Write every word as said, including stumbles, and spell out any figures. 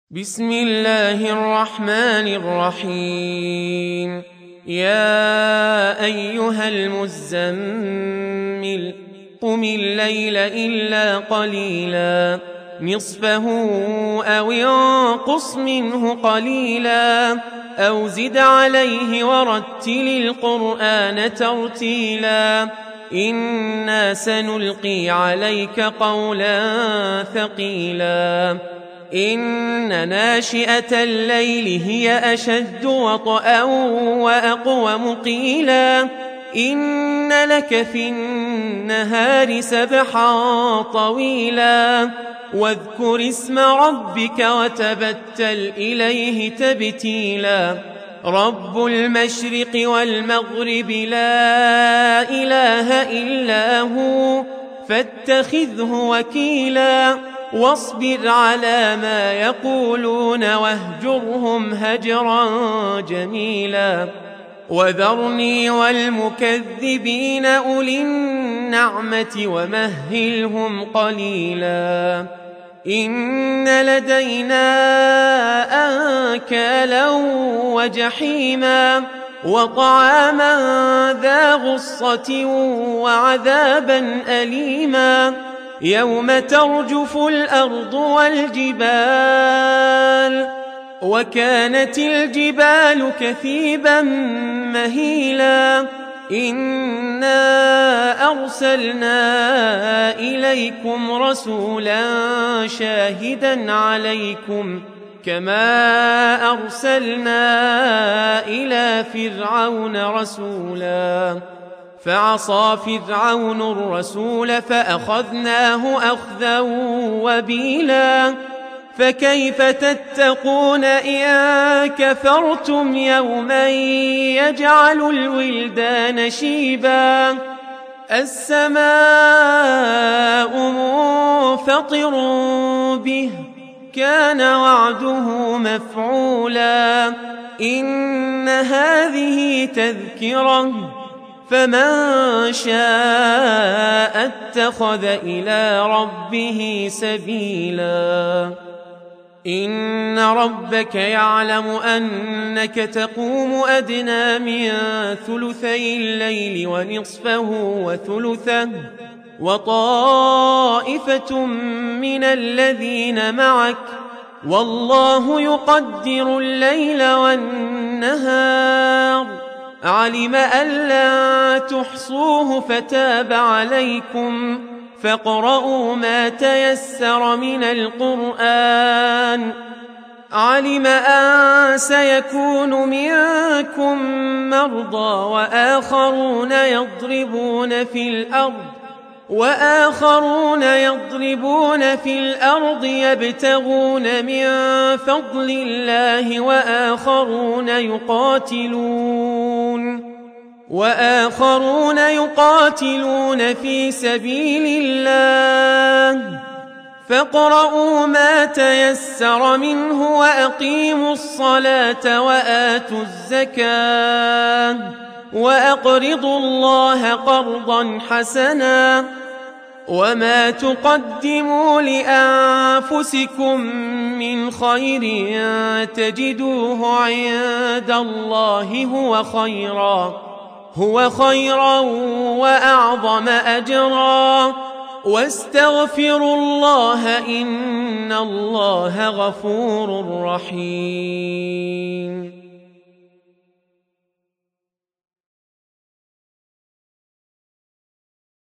بسم الله الرحمن الرحيم. يا أيها المزمل قم الليل إلا قليلا نصفه أو انقص منه قليلا أو زد عليه ورتل القرآن ترتيلا إنا سنلقي عليك قولا ثقيلا إن ناشئة الليل هي أشد وطئا وأقوم قيلا إن لك في النهار سبحا طويلا واذكر اسم ربك وتبتل إليه تبتيلا رب المشرق والمغرب لا إله إلا هو فاتخذه وكيلا واصبر على ما يقولون واهجرهم هجرا جميلا وذرني والمكذبين أولي النعمة ومهلهم قليلا إن لدينا أنكالا وجحيما وطعاما ذا غصة وعذابا أليما يوم ترجف الأرض والجبال وكانت الجبال كثيبا مهيلا إنا أرسلنا إليكم رسولا شاهدا عليكم كما أرسلنا إلى فرعون رسولا فعصى فرعون الرسول فأخذناه أخذا وبيلا فكيف تتقون إن كفرتم يوما يجعل الولدان شيبا السماء منفطر به كان وعده مفعولا إن هذه تذكرة فمن شاء اتخذ إلى ربه سبيلا إن ربك يعلم أنك تقوم أدنى من ثلثي الليل ونصفه وثلثه وطائفة من الذين معك والله يقدر الليل والنهار علم أن لا تحصوه فتاب عليكم فاقرؤوا ما تيسر من القرآن علم أن سيكون منكم مرضى وآخرون يضربون في الأرض وآخرون يضربون في الأرض يبتغون من فضل الله وآخرون يقاتلون وآخرون يقاتلون في سبيل الله فاقرؤوا ما تيسر منه وأقيموا الصلاة وآتوا الزكاة وأقرضوا الله قرضا حسنا وما تقدموا لأنفسكم من خير تجدوه عند الله هو خيرا هو خيرا وأعظم أجرا واستغفروا الله إن الله غفور رحيم.